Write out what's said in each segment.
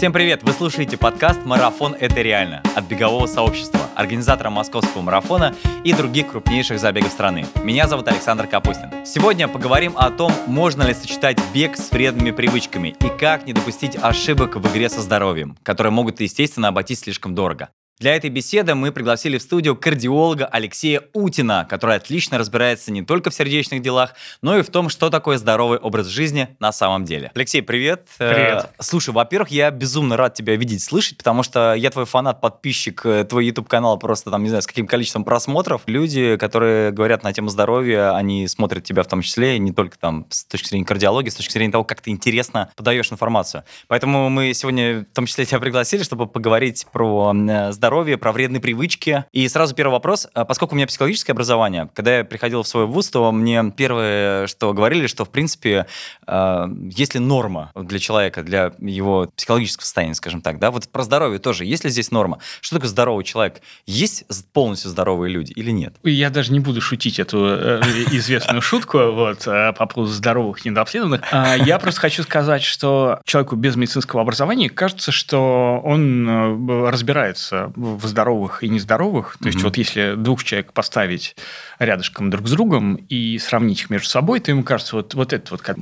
Всем привет! Вы слушаете подкаст «Марафон – это реально» от бегового сообщества, организатора московского марафона и других крупнейших забегов страны. Меня зовут Александр Капустин. Сегодня поговорим о том, можно ли сочетать бег с вредными привычками и как не допустить ошибок в игре со здоровьем, которые могут, естественно, обойтись слишком дорого. Для этой беседы мы пригласили в студию кардиолога Алексея Утина, который отлично разбирается не только в сердечных делах, но и в том, что такое здоровый образ жизни на самом деле. Алексей, привет. Привет. Слушай, во-первых, я безумно рад тебя видеть, слышать, потому что я твой фанат, подписчик, твой YouTube-канал просто там, не знаю, с каким количеством просмотров. Люди, которые говорят на тему здоровья, они смотрят тебя в том числе, не только там с точки зрения кардиологии, с точки зрения того, как ты интересно подаешь информацию. Поэтому мы сегодня в том числе тебя пригласили, чтобы поговорить про здоровье, про вредные привычки. И сразу первый вопрос. Поскольку у меня психологическое образование, когда я приходил в свой вуз, то мне первое, что говорили, что, в принципе, есть ли норма для человека, для его психологического состояния, скажем так, да? Вот про здоровье тоже. Есть ли здесь норма? Что такое здоровый человек? Есть полностью здоровые люди или нет? Я даже не буду шутить эту известную шутку по поводу здоровых и недообследованных. Я просто хочу сказать, что человеку без медицинского образования кажется, что он разбирается в здоровых и нездоровых. То есть вот если двух человек поставить рядышком друг с другом и сравнить их между собой, то ему кажется, вот этот вот как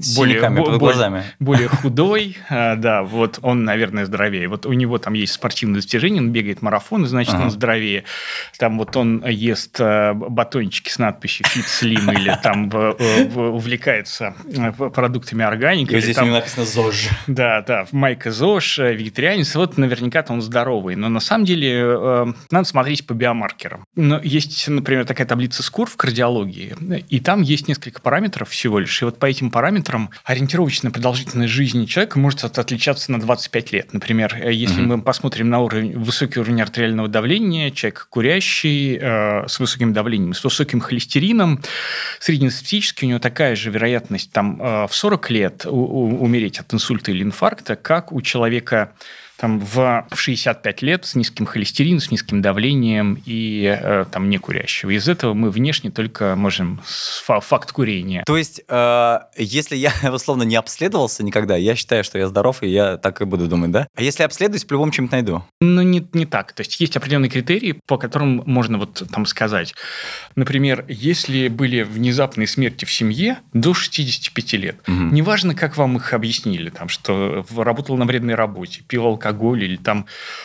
более худой, да, вот он, наверное, здоровее. Вот у него там есть спортивные достижения, он бегает марафон, значит, он здоровее. Там вот он ест батончики с надписью Fit Slim или там увлекается продуктами органики. И здесь у него написано ЗОЖ. Да, майка ЗОЖ, вегетарианец, вот наверняка-то он здоровый. Но на самом деле надо смотреть по биомаркерам. Но есть, например, такая таблица СКОР в кардиологии, и там есть несколько параметров всего лишь. И вот по этим параметрам ориентировочная продолжительность жизни человека может отличаться на 25 лет. Например, если мы посмотрим на высокий уровень артериального давления, человек курящий, с высоким давлением, с высоким холестерином, среднестатистически у него такая же вероятность там, в 40 лет умереть от инсульта или инфаркта, как у человека там, в 65 лет с низким холестерином, с низким давлением и там, не курящего. Из этого мы внешне только можем факт курения. То есть, если я, условно, не обследовался никогда, я считаю, что я здоров, и я так и буду думать, да? А если обследуюсь, по-любому чем-то найду? Ну, не так. То есть, есть определенные критерии, по которым можно вот там сказать. Например, если были внезапные смерти в семье до 65 лет, неважно, как вам их объяснили, там, что работал на вредной работе, пил алкоголь, или там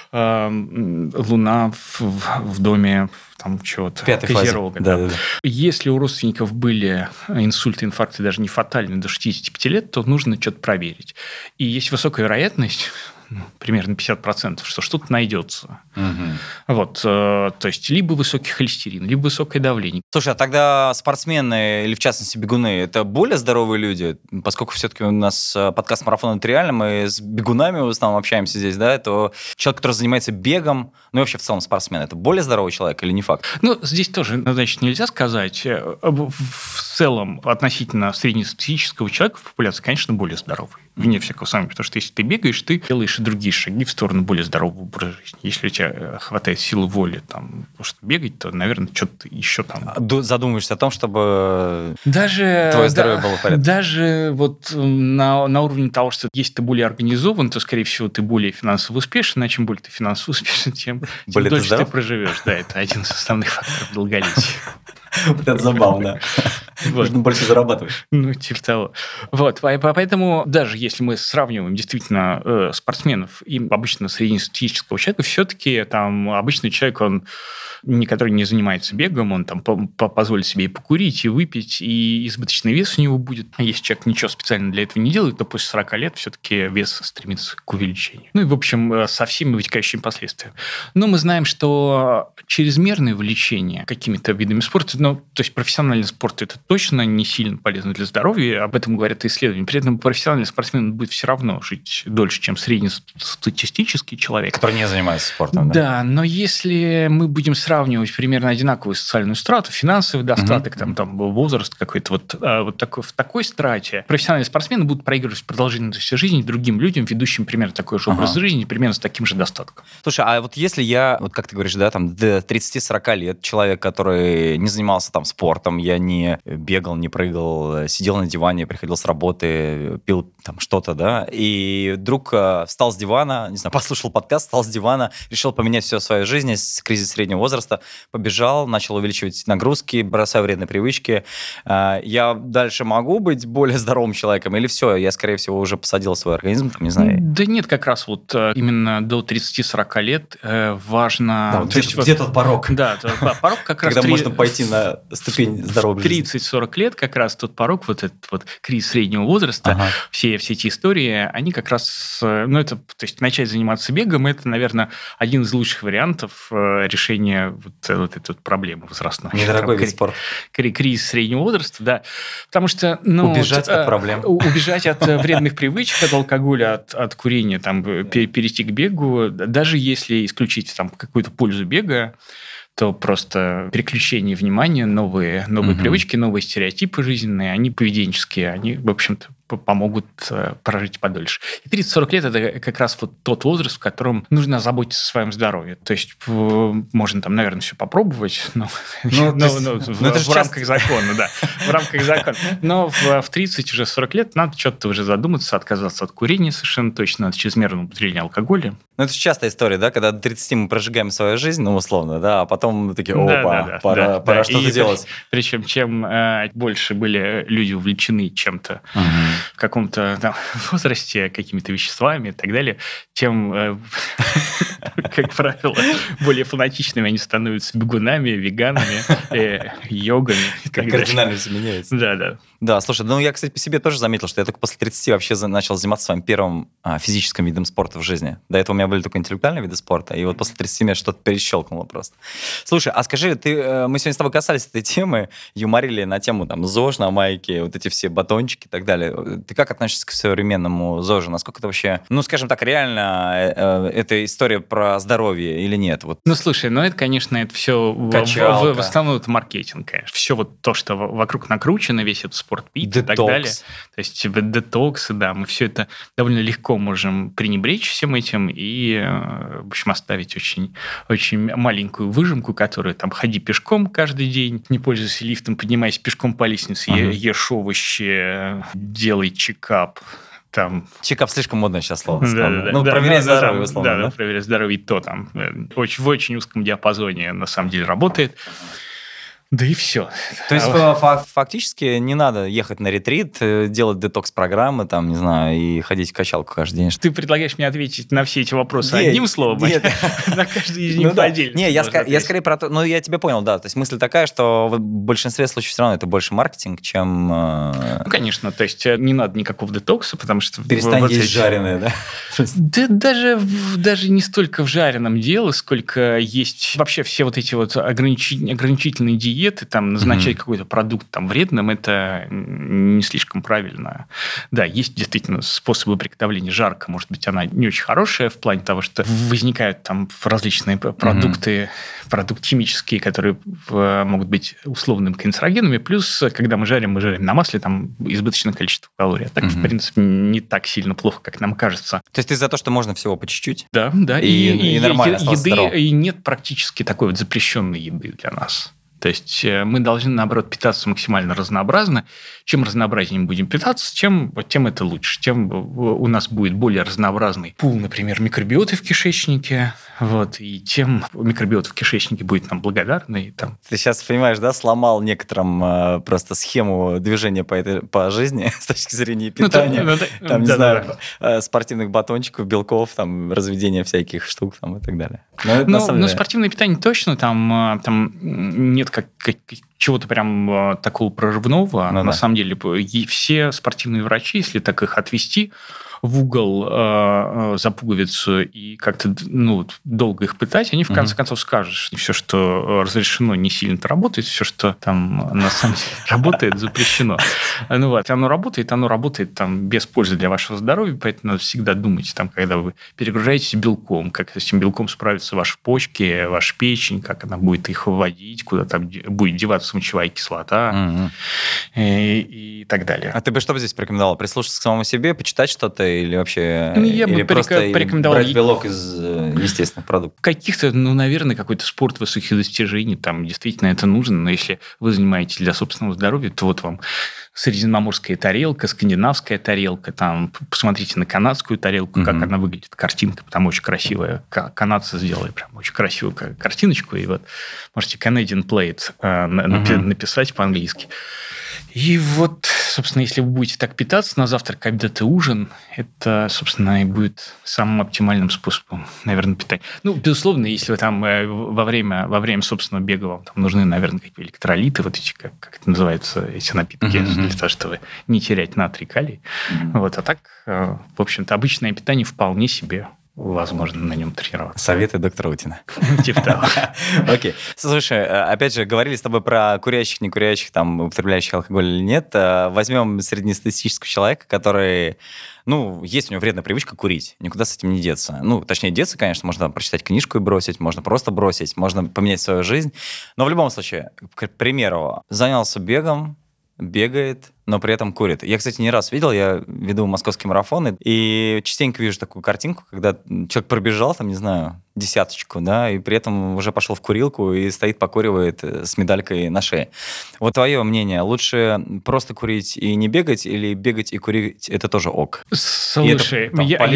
луна в доме там чего-то, козерога. Да. Если у родственников были инсульты, инфаркты даже не фатальные до 65 лет, то нужно что-то проверить. И есть высокая вероятность, примерно 50%, что что-то найдется. Вот, то есть, либо высокий холестерин, либо высокое давление. Слушай, а тогда спортсмены, или в частности бегуны, это более здоровые люди? Поскольку все-таки у нас подкаст «Марафон – это реально», мы с бегунами в основном общаемся здесь, да, то человек, который занимается бегом, ну и вообще в целом спортсмен, это более здоровый человек или не факт? Ну, здесь тоже, значит, нельзя сказать. В целом, относительно среднестатистического человека в популяции, конечно, более здоровый. Вне всякого сомнения, потому что если ты бегаешь, ты делаешь и другие шаги в сторону более здорового образа жизни. Если у тебя хватает силы воли там, что бегать, то, наверное, что-то еще там... Задумываешься о том, чтобы даже, твое здоровье было в порядке? Даже вот на уровне того, что если ты более организован, то, скорее всего, ты более финансово успешен, а чем более ты финансово успешен, тем дольше ты проживешь. Да, это один из основных факторов долголетия. Вот это забавно. Нужно больше зарабатывать. Ну, типа того. Вот, поэтому даже если мы сравниваем действительно спортсменов и обычно среднестатистического человека, все-таки там обычный человек, он который не занимается бегом, он там позволит себе и покурить, и выпить, и избыточный вес у него будет. Если человек ничего специально для этого не делает, то после 40 лет все-таки вес стремится к увеличению. Ну и, в общем, со всеми вытекающими последствиями. Но мы знаем, что чрезмерное увлечение какими-то видами спорта, то есть профессиональный спорт, это точно не сильно полезно для здоровья, об этом говорят исследования. При этом профессиональный спортсмен будет все равно жить дольше, чем среднестатистический человек. Который не занимается спортом. Да, но если мы будем сравнивать примерно одинаковую социальную страту, финансовый достаток, там возраст какой-то, в такой страте профессиональные спортсмены будут проигрывать в продолжительности жизни другим людям, ведущим примерно такой же образ жизни, примерно с таким же достатком. Слушай, а вот если я, как ты говоришь, да, там до 30-40 лет человек, который не занимался там спортом, я не бегал, не прыгал, сидел на диване, приходил с работы, пил там что-то, да, и вдруг встал с дивана, не знаю, послушал подкаст, встал с дивана, решил поменять все в своей жизни, кризис среднего возраста, побежал, начал увеличивать нагрузки, бросаю вредные привычки. Я дальше могу быть более здоровым человеком или все, я, скорее всего, уже посадил свой организм, там, не знаю. Да нет, как раз вот именно до 30-40 лет важно... Да, вот где тот порог? Да, порог как раз... Когда можно пойти на ступень здоровой жизни. 30-40 лет как раз тот порог, вот этот вот кризис среднего возраста, все эти истории, они как раз... Ну, это, то есть, начать заниматься бегом, это, наверное, один из лучших вариантов решения вот этой вот проблемы возрастной. Недорогой вид спорта. Кризис среднего возраста, да. Потому что... Убежать от проблем. Убежать от вредных привычек, от алкоголя, от курения, там, перейти к бегу, даже если исключить там какую-то пользу бега, то просто переключение внимания, новые привычки, новые стереотипы жизненные, они поведенческие, они, в общем-то, помогут прожить подольше. И 30-40 лет – это как раз вот тот возраст, в котором нужно заботиться о своем здоровье. То есть можно там, наверное, все попробовать, но в рамках закона, да. В рамках закона. Но в 30, уже 40 лет надо что-то уже задуматься, отказаться от курения совершенно точно, от чрезмерного употребления алкоголя. Ну, это же частая история, да, когда до 30 мы прожигаем свою жизнь, ну, условно, да, а потом мы такие, опа, пора что-то делать. Причем, чем больше были люди увлечены чем-то, в каком-то там возрасте, какими-то веществами и так далее, тем, как правило, более фанатичными они становятся бегунами, веганами, йогами. Как кардинально все меняется. Да. Да, слушай, ну я, кстати, по себе тоже заметил, что я только после 30 вообще начал заниматься своим первым физическим видом спорта в жизни. До этого у меня были только интеллектуальные виды спорта, и вот после 30 меня что-то перещелкнуло просто. Слушай, а скажи, мы сегодня с тобой касались этой темы, юморили на тему там ЗОЖ на майке, вот эти все батончики и так далее. Ты как относишься к современному ЗОЖу? Насколько это вообще, ну, скажем так, реально эта история про здоровье или нет? Вот. Ну, слушай, это, конечно, это все в основном это маркетинг, конечно. Все вот то, что вокруг накручено, весь этот спортпит и так далее. То есть детоксы, да, мы все это довольно легко можем пренебречь всем этим и, в общем, оставить очень, очень маленькую выжимку, которую там ходи пешком каждый день, не пользуйся лифтом, поднимайся пешком по лестнице, ешь овощи, делай чекап. Чекап слишком модное сейчас слово. Да, проверять здоровье, условно. Да, проверять здоровье, и то там в очень узком диапазоне на самом деле работает. Да и все. То есть фактически не надо ехать на ретрит, делать детокс-программы, там, не знаю, и ходить в качалку каждый день. Ты предлагаешь мне ответить на все эти вопросы одним словом? Нет. На каждый из них по отдельности. Не, я скорее про то... Ну, я тебя понял, да. То есть мысль такая, что в большинстве случаев все равно это больше маркетинг, чем... Ну, конечно. То есть не надо никакого детокса, потому что... Перестань есть жареное, да? Да даже не столько в жареном дело, сколько есть вообще все вот эти вот ограничительные диеты, там, назначать какой-то продукт там, вредным, это не слишком правильно. Да, есть действительно способы приготовления. Жарко, может быть, она не очень хорошая в плане того, что возникают там различные продукты, продукты химические, которые могут быть условными канцерогенами. Плюс, когда мы жарим на масле, там избыточное количество калорий. Так, в принципе, не так сильно плохо, как нам кажется. То есть ты за то, что можно всего по чуть-чуть? Да. И нормально остаться здоровым. И нет практически такой вот запрещенной еды для нас. То есть мы должны, наоборот, питаться максимально разнообразно. Чем разнообразнее мы будем питаться, тем это лучше. Тем у нас будет более разнообразный пул, например, микробиоты в кишечнике. Вот, и тем микробиота в кишечнике будет нам благодарны. Ты сейчас, понимаешь, да, сломал некоторым просто схему движения по жизни с точки зрения питания. Спортивных батончиков, белков, там, разведения всяких штук там, и так далее. Но спортивное питание точно, там нет чего-то прям такого прорывного. На самом деле, все спортивные врачи, если так их отвести в угол за пуговицу и как-то долго их пытать, они в конце концов скажут, что все, что разрешено, не сильно-то работает, все, что там на самом деле работает, запрещено. Оно работает там без пользы для вашего здоровья, поэтому надо всегда думать, там, когда вы перегружаетесь белком, как с этим белком справятся ваши почки, ваша печень, как она будет их выводить, куда там будет деваться мочевая кислота и так далее. А ты бы что бы здесь порекомендовал? Прислушаться к самому себе, почитать что-то или вообще... Я или бы просто порекомендовал брать белок из естественных продуктов? Каких-то, наверное, какой-то спорт высоких достижений, там действительно это нужно, но если вы занимаетесь для собственного здоровья, то вот вам средиземноморская тарелка, скандинавская тарелка, там посмотрите на канадскую тарелку, как она выглядит, картинка, там очень красивая. Канадцы сделали прям очень красивую картиночку, и вот можете Canadian Plate написать по-английски. И вот, собственно, если вы будете так питаться на завтрак, обед и ужин, это, собственно, и будет самым оптимальным способом, наверное, питания. Безусловно, если вы там во время собственного бега вам там нужны, наверное, какие-то электролиты, вот эти, как это называется, эти напитки, для того, чтобы не терять натрий, калий. Вот, а так, в общем-то, обычное питание вполне себе возможно на нем тренироваться. Советы доктора Утина. Типа того. Окей. Слушай, опять же, говорили с тобой про курящих, не курящих, там, употребляющих алкоголь или нет. Возьмем среднестатистического человека, который... есть у него вредная привычка курить. Никуда с этим не деться. Точнее, деться, конечно, можно прочитать книжку и бросить, можно просто бросить, можно поменять свою жизнь. Но в любом случае, к примеру, занялся бегом, бегает, но при этом курит. Я, кстати, не раз видел, я веду московские марафоны, и частенько вижу такую картинку, когда человек пробежал, там, не знаю, 10, да, и при этом уже пошел в курилку и стоит, покуривает с медалькой на шее. Вот твое мнение, лучше просто курить и не бегать, или бегать и курить, это тоже ок? Слушай,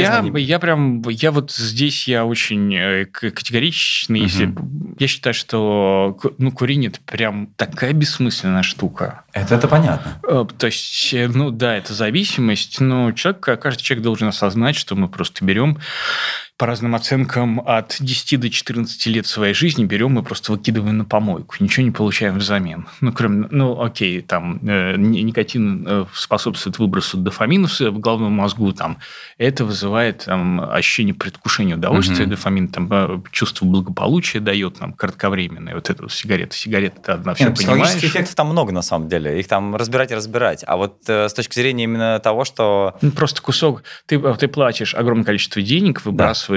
я вот здесь я очень категоричный, если я считаю, что курение это прям такая бессмысленная штука. Это понятно. То есть, да, это зависимость, но каждый человек должен осознать, что мы просто берем по разным оценкам от 10 до 14 лет своей жизни берем и просто выкидываем на помойку. Ничего не получаем взамен. Окей, там никотин способствует выбросу дофамина в головном мозгу, там, это вызывает ощущение предвкушения удовольствия, дофамин, там, чувство благополучия дает нам кратковременное. Вот это вот сигарета. Сигарета, одна все понимаешь. Психологических эффектов там много, на самом деле. Их там разбирать и разбирать. А вот с точки зрения именно того, что... Просто кусок... Ты платишь огромное количество денег, выбрасываешь.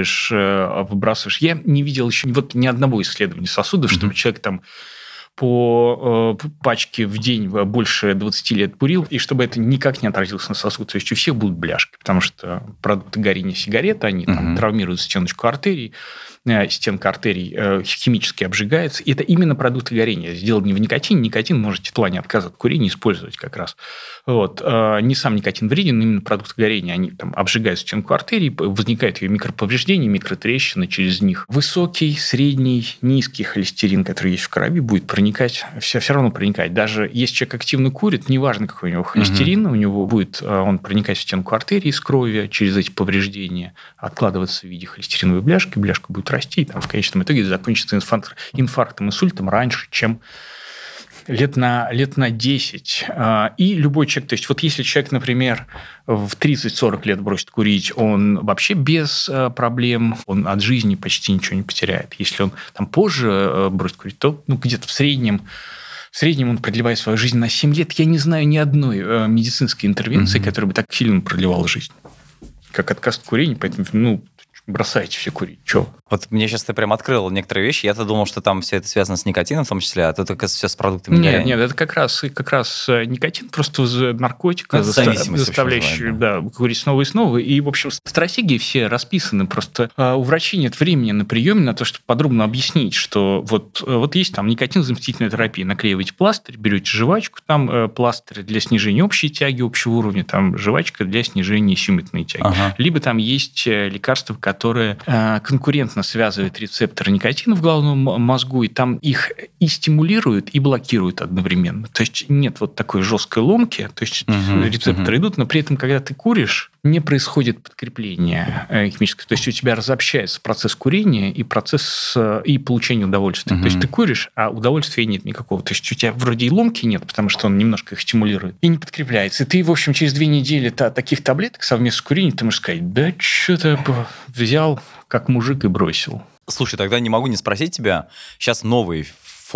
Я не видел еще ни одного исследования сосудов, чтобы человек там по пачке в день больше 20 лет курил, и чтобы это никак не отразилось на сосуд. То есть у всех будут бляшки, потому что продукты горения сигареты, они там травмируют стеночку артерий, стенка артерий химически обжигается. И это именно продукты горения. Сделан не в никотине. Никотин можете в плане отказа от курения использовать как раз. Вот. Не сам никотин вреден, но именно продукты горения. Они там обжигают стенку артерий, возникают ее микроповреждения, микротрещины через них. Высокий, средний, низкий холестерин, который есть в крови, будет проникать, все равно проникать. Даже если человек активно курит, неважно, какой у него холестерин, у него будет он проникать в стенку артерии из крови через эти повреждения, откладываться в виде холестериновой бляшки, бляшка будет расти, и там в конечном итоге закончится инфарктом, инсультом раньше, чем лет на 10. И любой человек, то есть вот если человек, например, в 30-40 лет бросит курить, он вообще без проблем, он от жизни почти ничего не потеряет. Если он там позже бросит курить, то где-то в среднем он продлевает свою жизнь на 7 лет. Я не знаю ни одной медицинской интервенции, которая бы так сильно продлевала жизнь, как отказ от курения. Поэтому, бросайте все курить. Чего? Вот мне сейчас ты прям открыл некоторые вещи. Я-то думал, что там все это связано с никотином в том числе, а тут, оказывается, все с продуктами. Нет, это как раз никотин, просто наркотик, заставляющий курить снова и снова. И, в общем, стратегии все расписаны. Просто у врачей нет времени на приеме на то, чтобы подробно объяснить, что вот есть там никотин-заместительная терапия. Наклеиваете пластырь, берете жвачку, там пластырь для снижения общей тяги, общего уровня, там жвачка для снижения сюмитной тяги. Либо там есть лекарства, которые конкурентно связывают рецепторы никотина в головном мозгу, и там их и стимулируют, и блокируют одновременно. То есть нет вот такой жесткой ломки, то есть рецепторы идут, но при этом, когда ты куришь, не происходит подкрепление химическое. То есть у тебя разобщается процесс курения и процесс и получения удовольствия. То есть ты куришь, а удовольствия нет никакого. То есть у тебя вроде и ломки нет, потому что он немножко их стимулирует, и не подкрепляется. И ты, в общем, через 2 недели таких таблеток совместно с курением, ты можешь сказать, да что-то взял как мужик и бросил. Слушай, тогда не могу не спросить тебя. Сейчас новые формы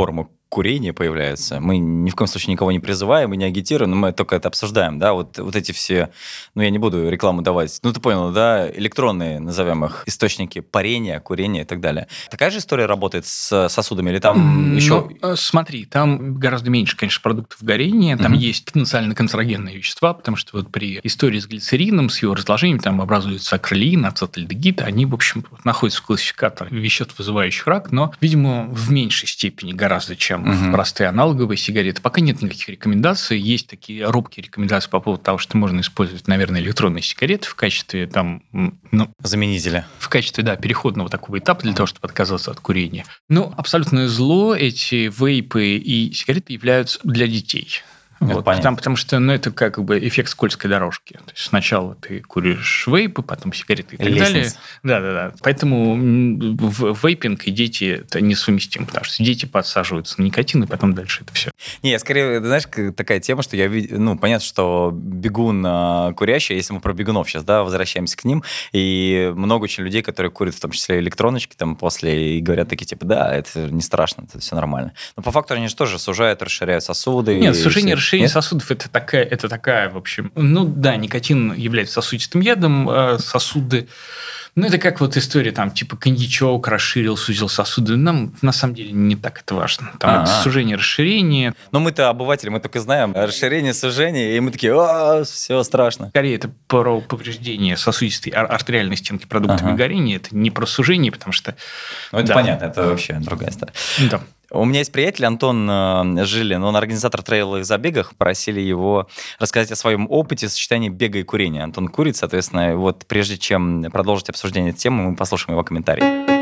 курения появляются. Мы ни в коем случае никого не призываем и не агитируем, но мы только это обсуждаем, да, вот эти все, ну, я не буду рекламу давать, ну, ты понял, да, электронные, назовем их, источники парения, курения и так далее. Такая же история работает с сосудами или там еще... Смотри, там гораздо меньше, конечно, продуктов горения, там есть потенциально канцерогенные вещества, потому что вот при истории с глицерином, с его разложением, там образуется акрилин, ацетальдегид, они, в общем, находятся в классификаторе веществ, вызывающих рак, но, видимо, в меньшей степени гораздо, чем простые аналоговые сигареты. Пока нет никаких рекомендаций. Есть такие робкие рекомендации по поводу того, что можно использовать, наверное, электронные сигареты в качестве там, ну, заменителя. В качестве, да, переходного такого этапа для того, чтобы отказаться от курения. Но абсолютное зло эти вейпы и сигареты являются для детей. Вот, потому что это как бы эффект скользкой дорожки. То есть сначала ты куришь вейпы, потом сигареты и так далее. Да. Поэтому вейпинг и дети это несовместимо, потому что дети подсаживаются на никотин, и потом дальше это все. Не, я скорее, знаешь, такая тема, что я видел, ну, понятно, что бегун курящий, если мы про бегунов сейчас, да, возвращаемся к ним, и много очень людей, которые курят, в том числе электроночки, там, после, и говорят такие, типа, да, это не страшно, это все нормально. Но по факту они же тоже сужают, расширяют сосуды. Нет, сужение сосудов это такая, в общем... Ну да, никотин является сосудистым ядом, сосуды... Ну, это как вот история, там, типа, коньячок расширил, сузил сосуды. Нам, на самом деле, не так это важно. Там это сужение, расширение. Но мы-то обыватели, мы только знаем расширение, сужение, и мы такие, все страшно. Скорее, это про повреждение сосудистой артериальной стенки продуктами горения. Это не про сужение, потому что... Ну, это понятно, это вообще другая история. Да. У меня есть приятель Антон Жилин, он организатор трейловых забегов, просили его рассказать о своем опыте сочетания бега и курения. Антон курит, соответственно, вот прежде чем продолжить обсуждение этой темы, мы послушаем его комментарий.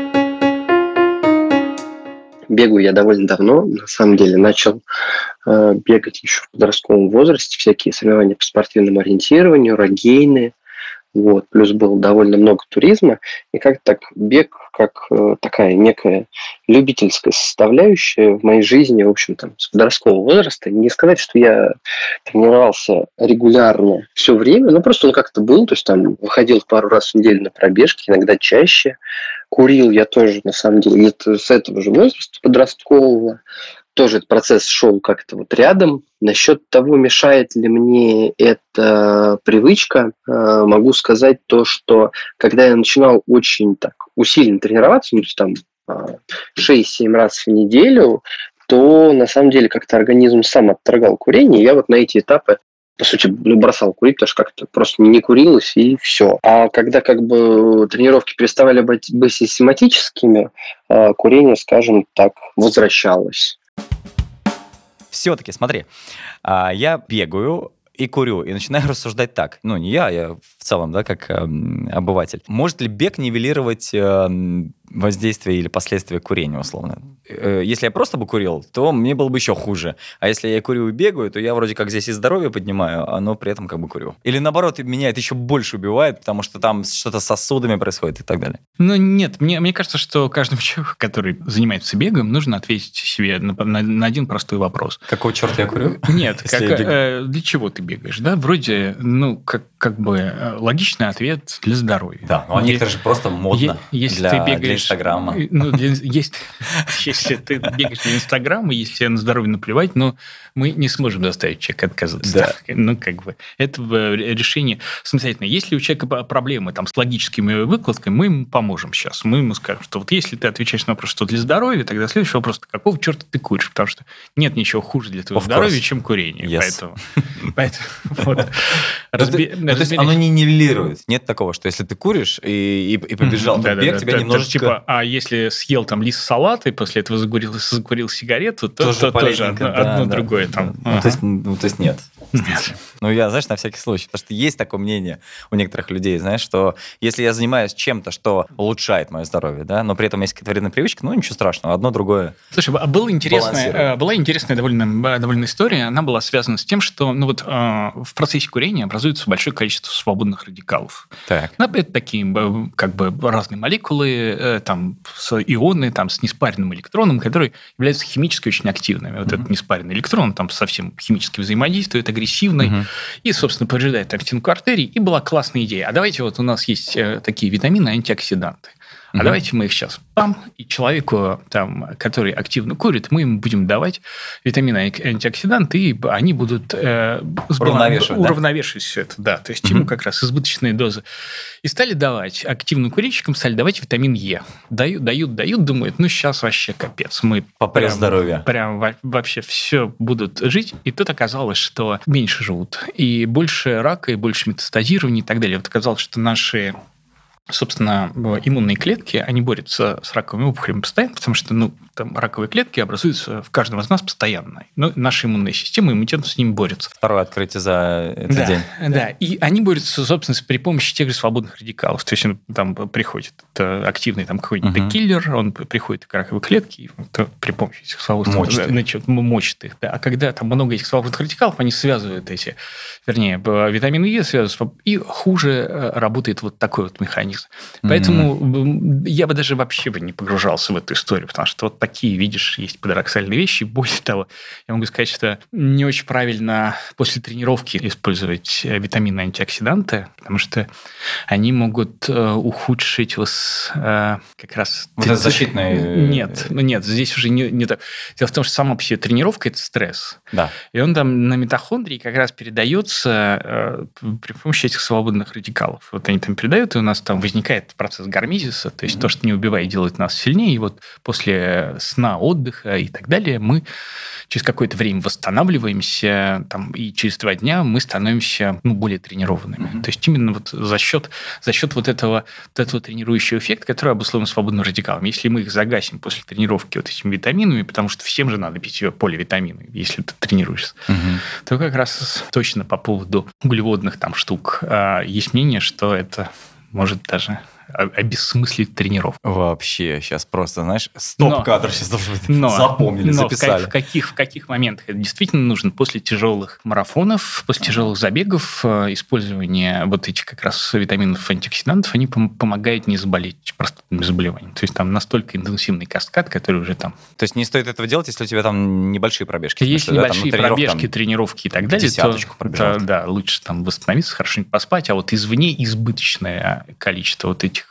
Бегаю я довольно давно, на самом деле, начал бегать еще в подростковом возрасте, всякие соревнования по спортивному ориентированию, рогейны. Вот. Плюс было довольно много туризма, и как так бег, как такая некая любительская составляющая в моей жизни, в общем, там, с подросткового возраста. Не сказать, что я тренировался регулярно все время, но просто он как-то был, то есть там выходил пару раз в неделю на пробежки, иногда чаще. Курил я тоже, на самом деле, где-то с этого же возраста подросткового. Тоже этот процесс шел как-то вот рядом. Насчет того, мешает ли мне эта привычка, могу сказать то, что когда я начинал очень так усиленно тренироваться, ну, то есть там 6-7 раз в неделю, то на самом деле как-то организм сам отторгал курение. И я вот на эти этапы, по сути, бросал курить, потому что как-то просто не курилось, и все. А когда как бы тренировки переставали быть систематическими, курение, скажем так, возвращалось. Все-таки, смотри, я бегаю и курю, и начинаю рассуждать так. Ну, не я в целом, да, как обыватель. Может ли бег нивелировать воздействие или последствия курения, условно? Если я просто бы курил, то мне было бы еще хуже. А если я курю и бегаю, то я вроде как здесь и здоровье поднимаю, но при этом как бы курю. Или наоборот, меня это еще больше убивает, потому что там что-то с сосудами происходит и так далее. Ну, нет, мне кажется, что каждому человеку, который занимается бегом, нужно ответить себе на один простой вопрос. Какого черта я курю? Нет, для чего ты бегаешь? Да, вроде, ну, как бы логичный ответ для здоровья. Да, но некоторые же просто модно для Инстаграма. Ну, если ты бегаешь для Инстаграма, если тебе на здоровье наплевать, но мы не сможем заставить человека отказаться. Да. Ну, как бы, это решение самостоятельно. Если у человека проблемы там, с логическими выкладками, мы ему поможем сейчас. Мы ему скажем, что вот если ты отвечаешь на вопрос, что для здоровья, тогда следующий вопрос, какого черта ты куришь? Потому что нет ничего хуже для твоего здоровья, чем курение. Yes. Поэтому оно не нивелирует. Нет такого, что если ты куришь и побежал, то бег тебя немножечко... Типа, а если съел там лист салата и после этого закурил сигарету, то тоже одно другое. Там. То есть нет. Ну, я, знаешь, на всякий случай. Потому что есть такое мнение у некоторых людей, знаешь, что если я занимаюсь чем-то, что улучшает мое здоровье, да, но при этом есть какая-то вредная привычка, ну, ничего страшного, одно другое. Слушай, была интересная довольно история. Она была связана с тем, что ну, вот, в процессе курения образуется большое количество свободных радикалов. Так. Это такие как бы разные молекулы, там, с ионы, там, с неспаренным электроном, которые являются химически очень активными. Вот этот неспаренный электрон там совсем химически взаимодействует, агрессивный, и, собственно, повреждает стенку артерий. И была классная идея. А давайте вот у нас есть такие витамины, антиоксиданты. А давайте мы их сейчас и человеку, там, который активно курит, мы ему будем давать витамины, антиоксиданты, и они будут уравновешивать все это. Да, то есть ему как раз избыточные дозы. И стали давать активным курильщикам, стали давать витамин Е. Дают, думают, сейчас вообще капец. Мы попрет здоровье. Прям вообще все будут жить. И тут оказалось, что меньше живут. И больше рака, и больше метастазирования и так далее. Вот оказалось, что наши, собственно, иммунные клетки, они борются с раковыми опухолями постоянно, потому что там раковые клетки образуются в каждом из нас постоянно. Но наша иммунная система, иммунитет с ними борется. Второе открытие за этот день. Да, и они борются, собственно, при помощи тех же свободных радикалов. То есть там приходит активный там какой-нибудь киллер, он приходит к раковой клетке, и при помощи этих свободных радикалов мочит их. Да. А когда там много этих свободных радикалов, они связывают витамины Е связывают, и хуже работает вот такой вот механизм. Поэтому я бы даже вообще не погружался в эту историю, потому что вот такие, видишь, есть парадоксальные вещи. Более того, я могу сказать, что не очень правильно после тренировки использовать витамины антиоксиданты, потому что они могут ухудшить вас как раз... Вот это защитные... Нет, здесь уже не так. Дело в том, что сама по себе тренировка – это стресс. Да. И он там на митохондрии как раз передается при помощи этих свободных радикалов. Вот они там передают, и у нас там возникает процесс гармизиса, то есть то, что не убивает, делает нас сильнее. И вот после сна, отдыха и так далее мы через какое-то время восстанавливаемся, и через 2 дня мы становимся более тренированными. То есть именно вот за счет вот этого тренирующего эффекта, который обусловлен свободным радикалом. Если мы их загасим после тренировки вот этими витаминами, потому что всем же надо пить поливитамины, если ты тренируешься, то как раз точно по поводу углеводных штук есть мнение, что это может даже обессмыслить тренировку. Вообще, сейчас просто, знаешь, стоп-кадр сейчас должен быть. Запомнили, записали. В каких моментах это действительно нужно? После тяжелых марафонов, после тяжелых забегов, использование вот этих как раз витаминов, антиоксидантов, они помогают не заболеть простудными заболеваниями. То есть там настолько интенсивный каскад, который уже там... То есть не стоит этого делать, если у тебя там небольшие пробежки? Если небольшие пробежки, тренировки и так далее, то лучше там восстановиться, хорошенько поспать, а вот извне избыточное количество вот этих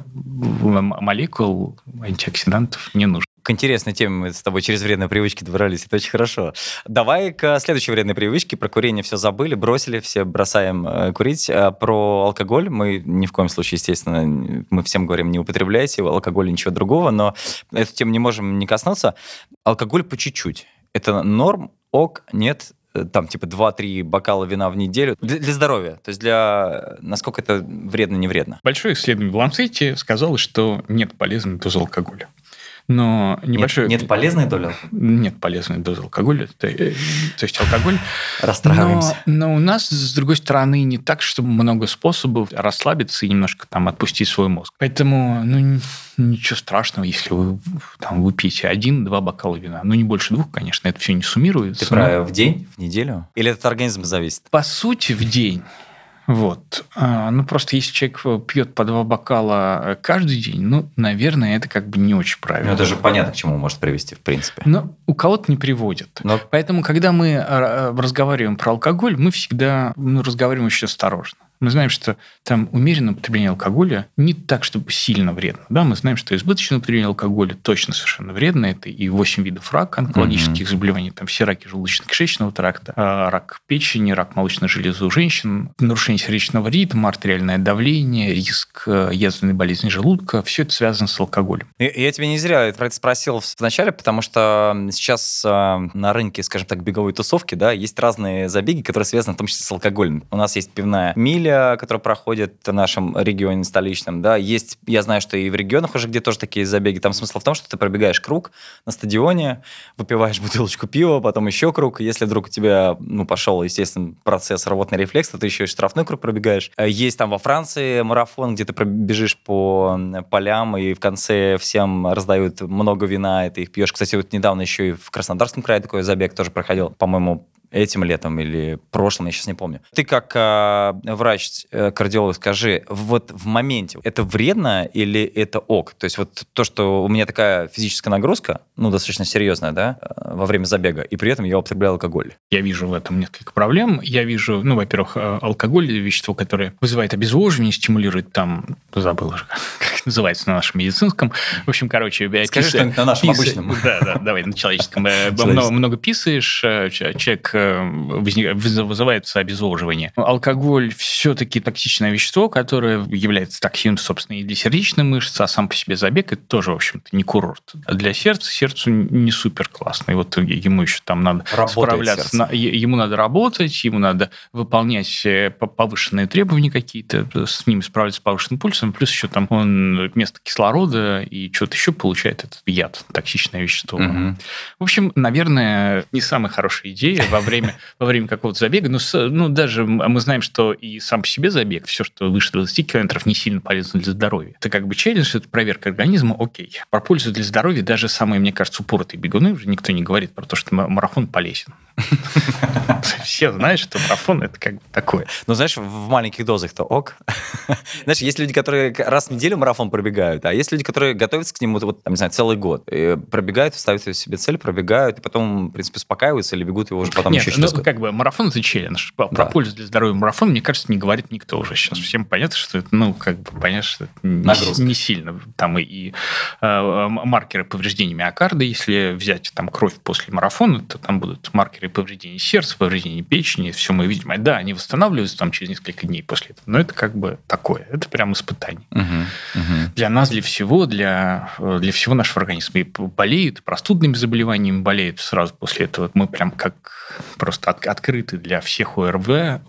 молекул антиоксидантов не нужно. К интересной теме мы с тобой через вредные привычки добрались, это очень хорошо. Давай к следующей вредной привычке. Про курение все забыли, бросили, все бросаем курить. Про алкоголь мы ни в коем случае, естественно, мы всем говорим, не употребляйте алкоголь, ничего другого, но эту тему не можем не коснуться. Алкоголь по чуть-чуть. Это норм, ок, нет? Там типа 2-3 бокала вина в неделю для здоровья. То есть насколько это вредно, не вредно? Большое исследование в Lancet сказало, что нет полезной дозы алкоголя. Но небольшое... Нет полезной доли? Нет полезной дозы алкоголя. То есть алкоголь... Расстраиваемся. Но у нас, с другой стороны, не так, чтобы много способов расслабиться и немножко отпустить свой мозг. Поэтому, ничего страшного, если вы выпьете 1-2 бокала вина. Не больше 2, конечно, это все не суммируется. Ты про в день, в неделю? Или это от организма зависит? По сути, в день. Просто если человек пьет по 2 бокала каждый день, наверное, это не очень правильно. Это же понятно, к чему может привести, в принципе. Но у кого-то не приводит. Поэтому, когда мы разговариваем про алкоголь, мы всегда разговариваем очень осторожно. Мы знаем, что там умеренное употребление алкоголя не так, чтобы сильно вредно. Да, мы знаем, что избыточное употребление алкоголя точно совершенно вредно. Это и 8 видов рака, онкологических заболеваний, там все раки желудочно-кишечного тракта, рак печени, рак молочной железы у женщин, нарушение сердечного ритма, артериальное давление, риск язвенной болезни желудка. Все это связано с алкоголем. Я тебя не зря про это спросил вначале, потому что сейчас на рынке, скажем так, беговой тусовки, да, есть разные забеги, которые связаны в том числе с алкоголем. У нас есть пивная миля, которая проходит в нашем регионе столичном, да, есть, я знаю, что и в регионах уже где тоже такие забеги. Там смысл в том, что ты пробегаешь круг на стадионе, выпиваешь бутылочку пива, потом еще круг. Если вдруг у тебя, пошел, естественно, процесс рвотный рефлекс, то ты еще и штрафной круг пробегаешь. Есть там во Франции марафон, где ты пробежишь по полям, и в конце всем раздают много вина, и ты их пьешь. Кстати, вот недавно еще и в Краснодарском крае такой забег тоже проходил, по-моему, этим летом или прошлым, я сейчас не помню. Ты как врач-кардиолог скажи, вот в моменте это вредно или это ок? То есть вот то, что у меня такая физическая нагрузка, достаточно серьезная, да, во время забега, и при этом я употребляю алкоголь. Я вижу в этом несколько проблем. Я вижу, во-первых, алкоголь – вещество, которое вызывает обезвоживание, стимулирует забыл уже, как это называется на нашем медицинском. В общем, короче... Скажи что-нибудь на нашем обычном. Да, давай, на человеческом. Много писаешь, человек вызывается обезвоживание. Алкоголь все-таки токсичное вещество, которое является токсином, собственно, и для сердечной мышцы, а сам по себе забег – это тоже, в общем-то, не курорт. А для сердцу не супер классно. И вот ему еще там надо справляться. Ему надо работать, ему надо выполнять повышенные требования какие-то, с ними справляться с повышенным пульсом, плюс еще там он вместо кислорода и что-то еще получает этот яд, токсичное вещество. Угу. В общем, наверное, не самая хорошая идея во время какого-то забега, но даже мы знаем, что и сам по себе забег, все, что выше 20 километров, не сильно полезно для здоровья. Это как бы челлендж, это проверка организма, окей. Про пользу для здоровья даже самые, мне кажется, упоротые бегуны, уже никто не говорит про то, что марафон полезен. Все знают, что марафон – это как бы такое. Ну, знаешь, в маленьких дозах-то ок. Знаешь, есть люди, которые раз в неделю марафон пробегают, а есть люди, которые готовятся к нему, вот, там, не знаю, целый год. И пробегают, ставят себе цель, пробегают, и потом, в принципе, успокаиваются или бегут его уже потом еще через год. Как бы марафон – это челлендж. Про пользу для здоровья марафона, мне кажется, не говорит никто уже сейчас. Всем понятно, что это, понятно, что это не сильно. Там и маркеры повреждений миокарда, если взять там кровь после марафона, то там будут маркеры повреждений сердца, повреждений печени, все мы видим. Да, они восстанавливаются там через несколько дней после этого, но это как бы такое, это прям испытание. Для нас, для всего нашего организма. И болеют, и простудными заболеваниями болеют сразу после этого. Мы прям как просто открыты для всех ОРВ,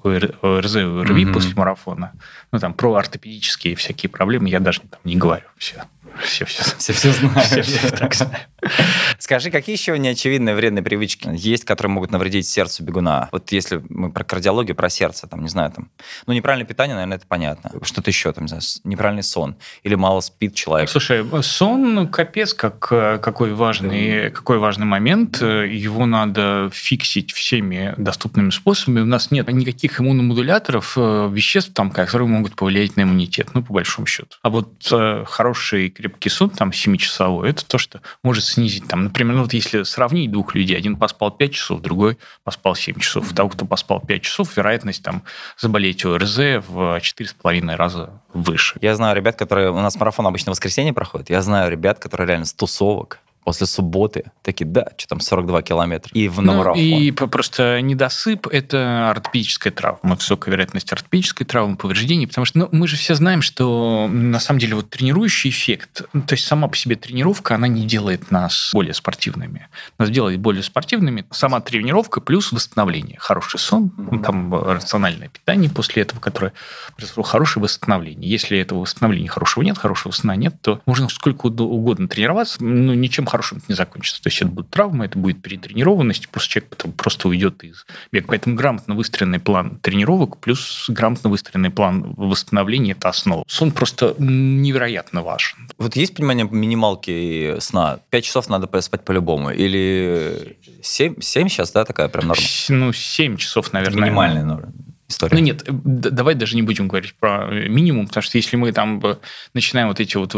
ОРЗ, ОРВИ после марафона. Там про ортопедические всякие проблемы я даже там не говорю. Все знают. Все так знают. Скажи, какие еще неочевидные вредные привычки есть, которые могут навредить сердцу бегуна? Вот если мы про кардиологию, про сердце, там, не знаю, там, неправильное питание, наверное, это понятно. Что-то еще, там, не знаю, неправильный сон или мало спит человек. Слушай, сон капец, какой важный момент. Его надо фиксить всеми доступными способами. У нас нет никаких иммуномодуляторов, веществ, там, которые могут повлиять на иммунитет, по большому счету. А вот хороший крепкий сон, там, 7-часовой, это то, что может снизить, там, например, если сравнить двух людей, один поспал 5 часов, другой поспал 7 часов. У того, кто поспал 5 часов, вероятность там заболеть ОРЗ в 4,5 раза выше. Я знаю ребят, которые... У нас марафон обычно в воскресенье проходит. Я знаю ребят, которые реально с тусовок после субботы такие, что там 42 километра, и на марафон. И просто недосып – это ортопедическая травма, высокая вероятность ортопедической травмы, повреждений, потому что мы же все знаем, что на самом деле вот тренирующий эффект, то есть сама по себе тренировка, она не делает нас более спортивными. Нас делает более спортивными сама тренировка плюс восстановление. Хороший сон, там рациональное питание после этого, которое произошло, хорошее восстановление. Если этого восстановления хорошего сна нет, то можно сколько угодно тренироваться, ничем хорошим это не закончится. То есть это будет травма, это будет перетренированность, просто человек потом просто уйдет из бега. Поэтому грамотно выстроенный план тренировок плюс грамотно выстроенный план восстановления – это основа. Сон просто невероятно важен. Вот есть понимание минималки сна? 5 часов надо поспать по-любому? Или 7 сейчас, такая прям норма? 7 часов, наверное. Минимальная норма. История. Нет, давай даже не будем говорить про минимум, потому что если мы там начинаем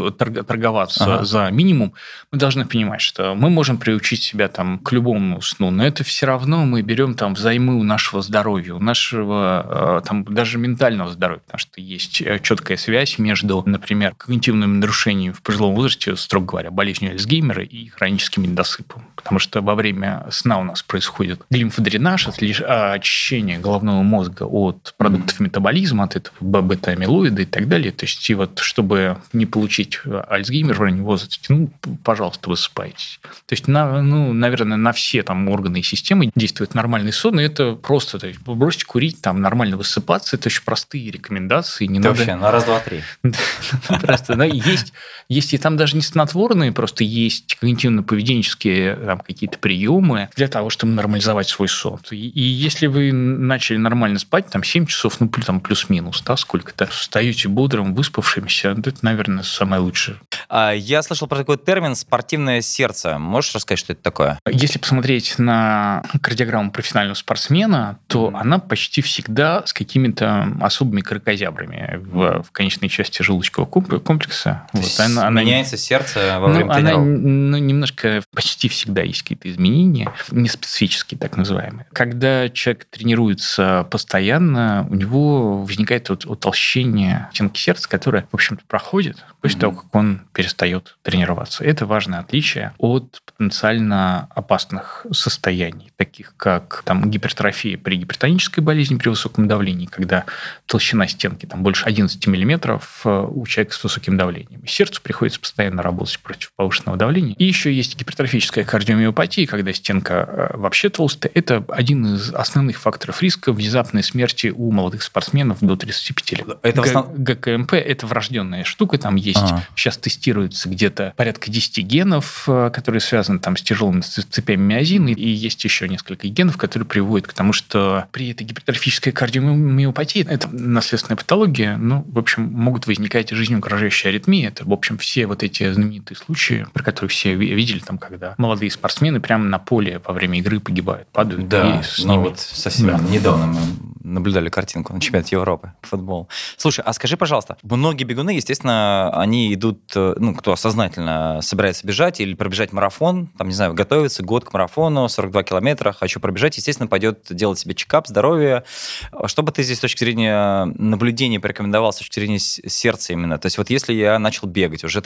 торговаться за минимум, мы должны понимать, что мы можем приучить себя там к любому сну, но это все равно мы берем там взаймы у нашего здоровья, у нашего там даже ментального здоровья, потому что есть четкая связь между, например, когнитивными нарушениями в пожилом возрасте, строго говоря, болезнью Альцгеймера и хроническим недосыпом. Потому что во время сна у нас происходит лимфодренаж, очищение головного мозга от продуктов метаболизма, от этого бета-амилоида и так далее. То есть, чтобы не получить Альцгеймер в раннем возрасте, пожалуйста, высыпайтесь. То есть, наверное, на все там органы и системы действует нормальный сон, и это просто, то есть, бросьте курить, там, нормально высыпаться, это очень простые рекомендации. Не надо... Вообще, на раз, два, три. Просто, есть и там даже не снотворные, просто есть когнитивно-поведенческие какие-то приемы для того, чтобы нормализовать свой сон. И если вы начали нормально спать, там 7 часов, плюс-минус, сколько-то, встаете бодрым, выспавшимся, это, наверное, самое лучшее. Я слышал про такой термин «спортивное сердце». Можешь рассказать, что это такое? Если посмотреть на кардиограмму профессионального спортсмена, то она почти всегда с какими-то особыми кракозябрами в конечной части желудочкового комплекса. Она меняется сердце во время тренировок? Немножко почти всегда есть какие-то изменения, неспецифические так называемые. Когда человек тренируется постоянно, у него возникает утолщение стенки сердца, которое, в общем-то, проходит после того, как он перестает тренироваться. Это важное отличие от потенциально опасных состояний, таких как гипертрофия при гипертонической болезни при высоком давлении, когда толщина стенки больше 11 миллиметров у человека с высоким давлением. И сердцу приходится постоянно работать против повышенного давления. И еще есть гипертрофическая кардиомиопатия, когда стенка вообще толстая. Это один из основных факторов риска внезапной смерти у молодых спортсменов до 35 лет. ГКМП – это врожденная штука, там есть, сейчас тестируется где-то порядка 10 генов, которые связаны с тяжелыми цепями миозина, и есть еще несколько генов, которые приводят к тому, что при этой гипертрофической кардиомиопатии, это наследственная патология, в общем, могут возникать жизнеугрожающие аритмии. Это, в общем, все вот эти знаменитые случаи, про которые все видели, когда молодые спортсмены прямо на поле во время игры погибают, падают. Да, совсем недавно мы наблюдали картинку на чемпионате Европы по футболу. Слушай, а скажи, пожалуйста, многие бегуны, естественно, они идут, кто сознательно собирается бежать или пробежать марафон, готовится год к марафону, 42 километра, хочу пробежать, естественно, пойдет делать себе чекап, здоровье. Что бы ты здесь с точки зрения наблюдения порекомендовал, с точки зрения сердца именно? То есть если я начал бегать, уже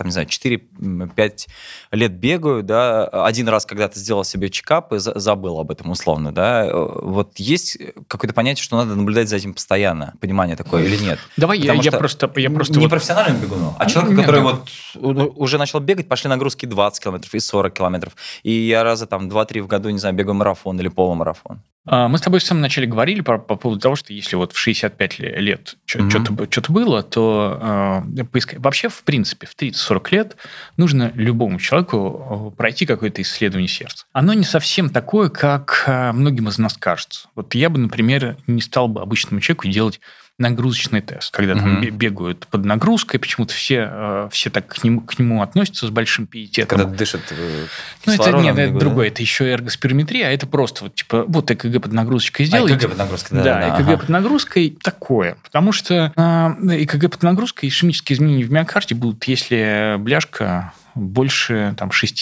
4-5 лет бегаю, да, один раз когда-то сделал себе чекап и забыл об этом условно, да, есть какое-то понятие, что надо наблюдать за этим постоянно, понимание такое или нет? Давай я просто не профессиональным бегуном, а человек, который уже начал бегать, пошли нагрузки 20 километров и 40 километров, и я раза 2-3 в году, бегаю марафон или полумарафон. Мы с тобой в самом начале говорили по поводу того, что если в 65 лет что-то было, то вообще, в принципе, в 30-40 лет нужно любому человеку пройти какое-то исследование сердца. Оно не совсем такое, как многим из нас кажется. Я бы, например, не стал бы обычному человеку делать нагрузочный тест, когда бегают под нагрузкой, почему-то все так к нему относятся с большим пиететом. Когда дышат кислородом. Это другое, это еще эргоспирометрия, а это просто ЭКГ под нагрузочкой сделать. ЭКГ под нагрузкой, да. ЭКГ под нагрузкой такое, потому что ЭКГ под нагрузкой и ишемические изменения в миокарде будут, если бляшка больше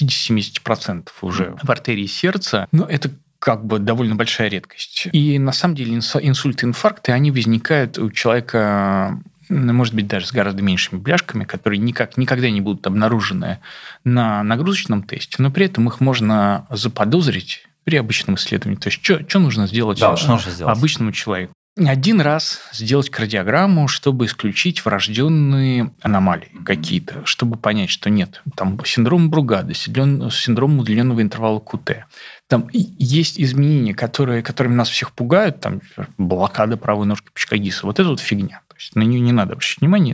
60-70% уже в артерии сердца, это довольно большая редкость. И на самом деле инсульты, инфаркты, они возникают у человека, может быть, даже с гораздо меньшими бляшками, которые никогда не будут обнаружены на нагрузочном тесте, но при этом их можно заподозрить при обычном исследовании. То есть, что нужно сделать обычному человеку? Один раз сделать кардиограмму, чтобы исключить врожденные аномалии какие-то, чтобы понять, что нет синдром Бругада, синдром удлиненного интервала КТ. Есть изменения, которыми нас всех пугают, блокада правой ножки Пучкагиса. Это фигня. То есть на нее не надо обращать внимание.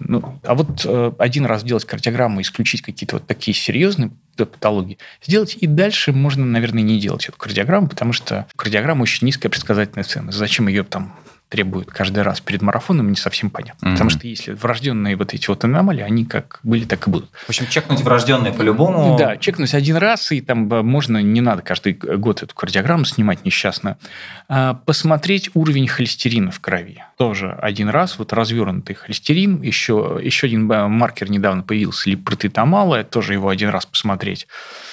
Один раз сделать кардиограмму, исключить какие-то такие серьезные патологии, сделать, и дальше можно, наверное, не делать эту кардиограмму, потому что кардиограмма очень низкая предсказательная ценность. Зачем ее требуют каждый раз перед марафоном, не совсем понятно. Потому что если врожденные эти аномалии, они как были, так и будут. В общем, чекнуть врожденные по-любому. Да, чекнуть один раз, и можно, не надо каждый год эту кардиограмму снимать несчастно. Посмотреть уровень холестерина в крови. Тоже один раз, развернутый холестерин. Еще один маркер недавно появился, липопротеид-амала, тоже его один раз посмотреть.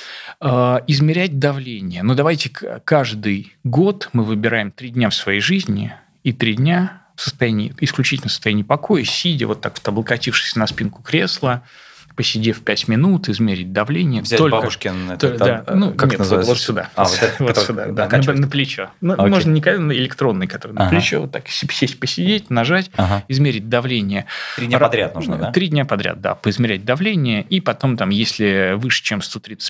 Измерять давление. Давайте каждый год мы выбираем 3 дня в своей жизни, и 3 дня исключительно в состоянии покоя, сидя облокотившись на спинку кресла, посидев 5 минут, измерить давление. Взять бабушкин... как называется? Сюда. Сюда, на плечо. Можно не электронный, который на плечо, сесть, посидеть, нажать, измерить давление. 3 дня подряд нужно, да? 3 дня подряд, да, поизмерять давление, и потом, если выше, чем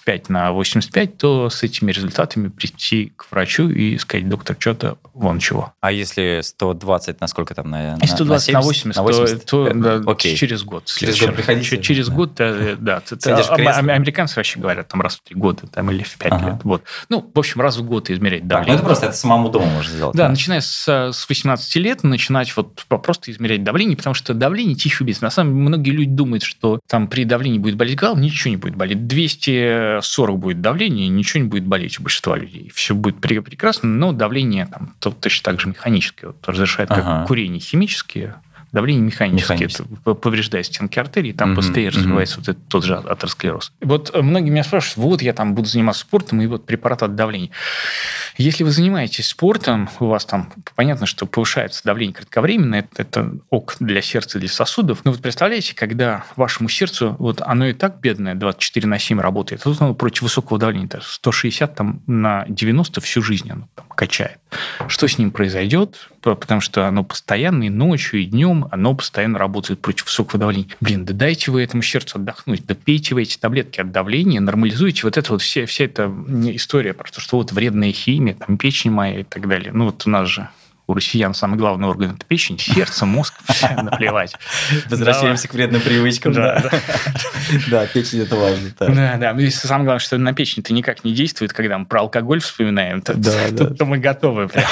135/85, то с этими результатами прийти к врачу и сказать: доктор, что-то вон чего. А если 120, насколько на 120 на 80, то через год. Через год приходите? Через год да. Сидишь в кресле. Американцы вообще говорят там раз в 3 года там, или в 5 лет. Вот. Ну, в общем, раз в год измерять давление. Это просто самому дома можно сделать. Да, начиная с 18 лет, начинать вот просто измерять давление, потому что давление тихий убийца. На самом деле, многие люди думают, что там при давлении будет болеть голова, ничего не будет болеть. 240 будет давление, ничего не будет болеть у большинства людей. Все будет прекрасно, но давление там точно так же механическое. Вот, разрешает как курение химические, давление механическое. Это повреждает стенки артерий, там быстрее развивается вот этот тот же атеросклероз. Вот многие меня спрашивают, вот я там буду заниматься спортом, и вот препарат от давления. Если вы занимаетесь спортом, у вас там понятно, что повышается давление кратковременно, это ок для сердца, для сосудов. Но вот представляете, когда вашему сердцу, вот оно и так бедное, 24/7 работает, а тут оно против высокого давления, 160 там, на 90 всю жизнь оно там качает. Что с ним произойдет? Потому что оно постоянно и ночью, и днем, оно постоянно работает против высокого давления. Блин, да дайте вы этому сердцу отдохнуть, да пейте вы эти таблетки от давления, нормализуйте вот это вот вся эта история про то, что вот вредная химия, там, печень моя и так далее. Ну, вот у нас же у россиян самый главный орган – это печень, сердце, мозг, наплевать. Возвращаемся к вредным привычкам. Да, печень – это важно. Да. И самое главное, что на печень это никак не действует, когда мы про алкоголь вспоминаем, то мы готовы прям.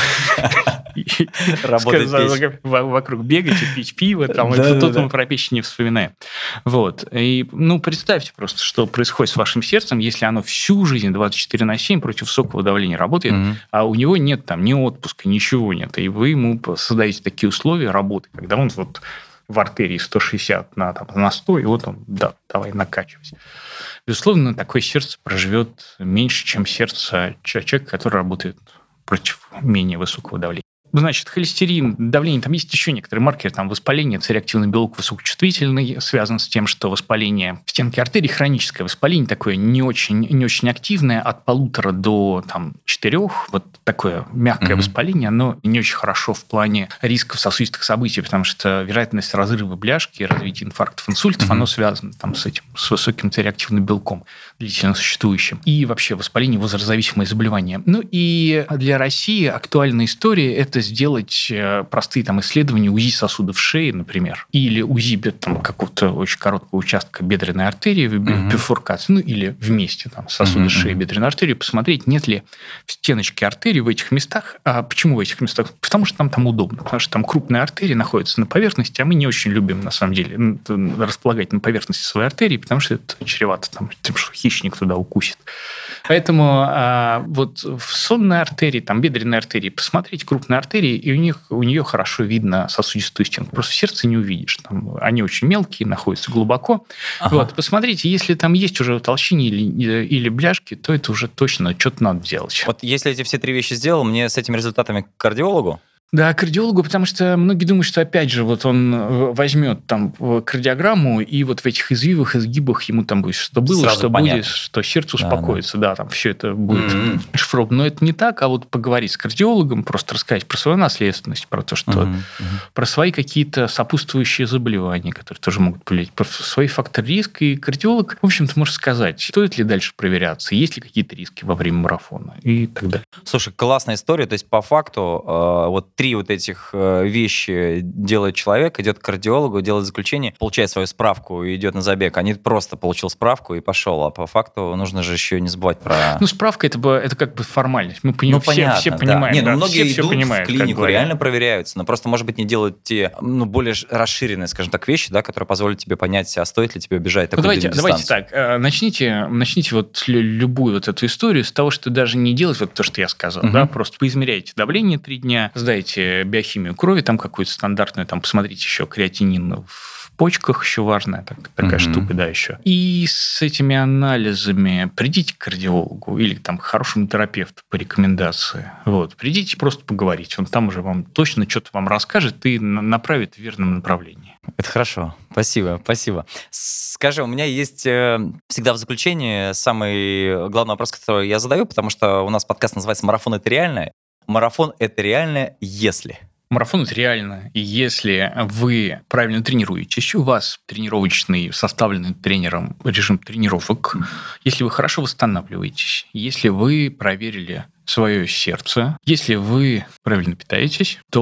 Работать печень. Вокруг бегать и пить пиво, тут мы про печень не вспоминаем. Вот. И, представьте просто, что происходит с вашим сердцем, если оно всю жизнь 24/7 против высокого давления работает, а у него нет там ни отпуска, ничего нет. И вы ему создаете такие условия работы, когда он вот в артерии 160 на 100, и вот он, давай накачивайся. Безусловно, такое сердце проживет меньше, чем сердце человека, который работает против менее высокого давления. Значит, холестерин, давление, там есть еще некоторые маркеры, там воспаление, цереактивный белок высокочувствительный, связан с тем, что воспаление стенки артерий, хроническое воспаление, такое не очень активное, от 1,5 до 4, вот такое мягкое воспаление, оно не очень хорошо в плане рисков сосудистых событий, потому что вероятность разрыва бляшки, развития инфарктов, инсультов, оно связано там, с высоким цереактивным белком, длительно существующим. И вообще воспаление, возрастзависимое заболевание. Ну и для России актуальная история – это сделать простые исследования УЗИ сосудов шеи, например, или УЗИ какого-то очень короткого участка бедренной артерии, бифуркации, или вместе сосуды шеи, бедренной артерии, посмотреть, нет ли в стеночке артерии в этих местах. А почему в этих местах? Потому что там удобно, потому что там крупные артерии находятся на поверхности, а мы не очень любим, на самом деле, располагать на поверхности своей артерии, потому что это чревато тем, что хищник туда укусит. Поэтому вот в сонной артерии, бедренной артерии, посмотреть крупные артерии, и у нее хорошо видно сосудистую стенку. Просто в сердце не увидишь. Они очень мелкие, находятся глубоко. Вот, посмотрите, если там есть уже толщины или бляшки, то это уже точно что-то надо делать. Вот если эти все 3 вещи сделал, мне с этими результатами к кардиологу? Да, кардиологу, потому что многие думают, что, опять же, вот он возьмет кардиограмму, и вот в этих извивах, изгибах ему будет что было, сразу что понятно. Будет, что сердце успокоится, все это будет шифровано. Но это не так, а вот поговорить с кардиологом, просто рассказать про свою наследственность, про то, что про свои какие-то сопутствующие заболевания, которые тоже могут повлиять, про свои факторы риска, и кардиолог, в общем-то, может сказать, стоит ли дальше проверяться, есть ли какие-то риски во время марафона и так далее. Слушай, классная история, то есть по факту вот 3 вот этих вещи делает человек, идет к кардиологу, делает заключение, получает свою справку и идет на забег, а не просто получил справку и пошел, а по факту нужно же еще не забывать про... Справка это как бы формальность. Мы понимаем, все понимаем. Нет, многие все идут понимают, в клинику, реально проверяются, но просто, может быть, не делают те, более расширенные, скажем так, вещи, которые позволят тебе понять, а стоит ли тебе бежать такую дистанцию. Давайте так, начните вот любую вот эту историю с того, что даже не делать вот то, что я сказал, просто поизмеряйте давление 3 дня, сдайте биохимию крови, какую-то стандартную, посмотрите еще креатинин в почках, еще важная такая штука, еще. И с этими анализами придите к кардиологу или к хорошему терапевту по рекомендации. Вот. Придите просто поговорить. Он там уже вам точно что-то вам расскажет и направит в верном направлении. Это хорошо. Спасибо. Скажи, у меня есть всегда в заключении самый главный вопрос, который я задаю, потому что у нас подкаст называется «Марафон – это реально». Марафон – это реально, если... Марафон – это реально. И если вы правильно тренируетесь, у вас тренировочный, составленный тренером режим тренировок, если вы хорошо восстанавливаетесь, если вы проверили свое сердце, если вы правильно питаетесь, то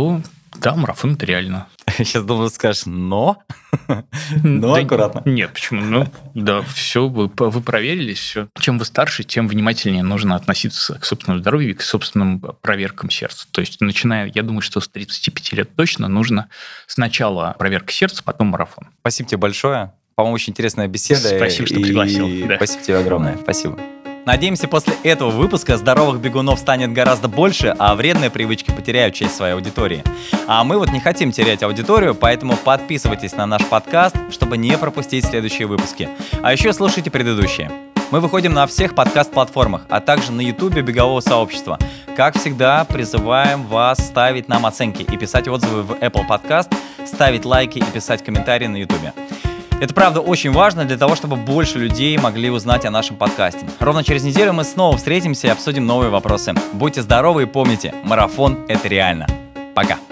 Да, марафон это реально. Сейчас думаю, скажешь, но аккуратно. Нет, почему? Да, все, вы проверились, все. Чем вы старше, тем внимательнее нужно относиться к собственному здоровью и к собственным проверкам сердца. То есть, начиная, я думаю, что с 35 лет точно нужно сначала проверка сердца, потом марафон. Спасибо тебе большое. По-моему, очень интересная беседа. Спасибо, что пригласил. Да. Спасибо тебе огромное. Спасибо. Надеемся, после этого выпуска здоровых бегунов станет гораздо больше, а вредные привычки потеряют часть своей аудитории. А мы не хотим терять аудиторию, поэтому подписывайтесь на наш подкаст, чтобы не пропустить следующие выпуски. А еще слушайте предыдущие. Мы выходим на всех подкаст-платформах, а также на Ютубе Бегового сообщества. Как всегда, призываем вас ставить нам оценки и писать отзывы в Apple Podcast, ставить лайки и писать комментарии на Ютубе. Это, правда, очень важно для того, чтобы больше людей могли узнать о нашем подкасте. Ровно через неделю мы снова встретимся и обсудим новые вопросы. Будьте здоровы и помните, марафон – это реально. Пока!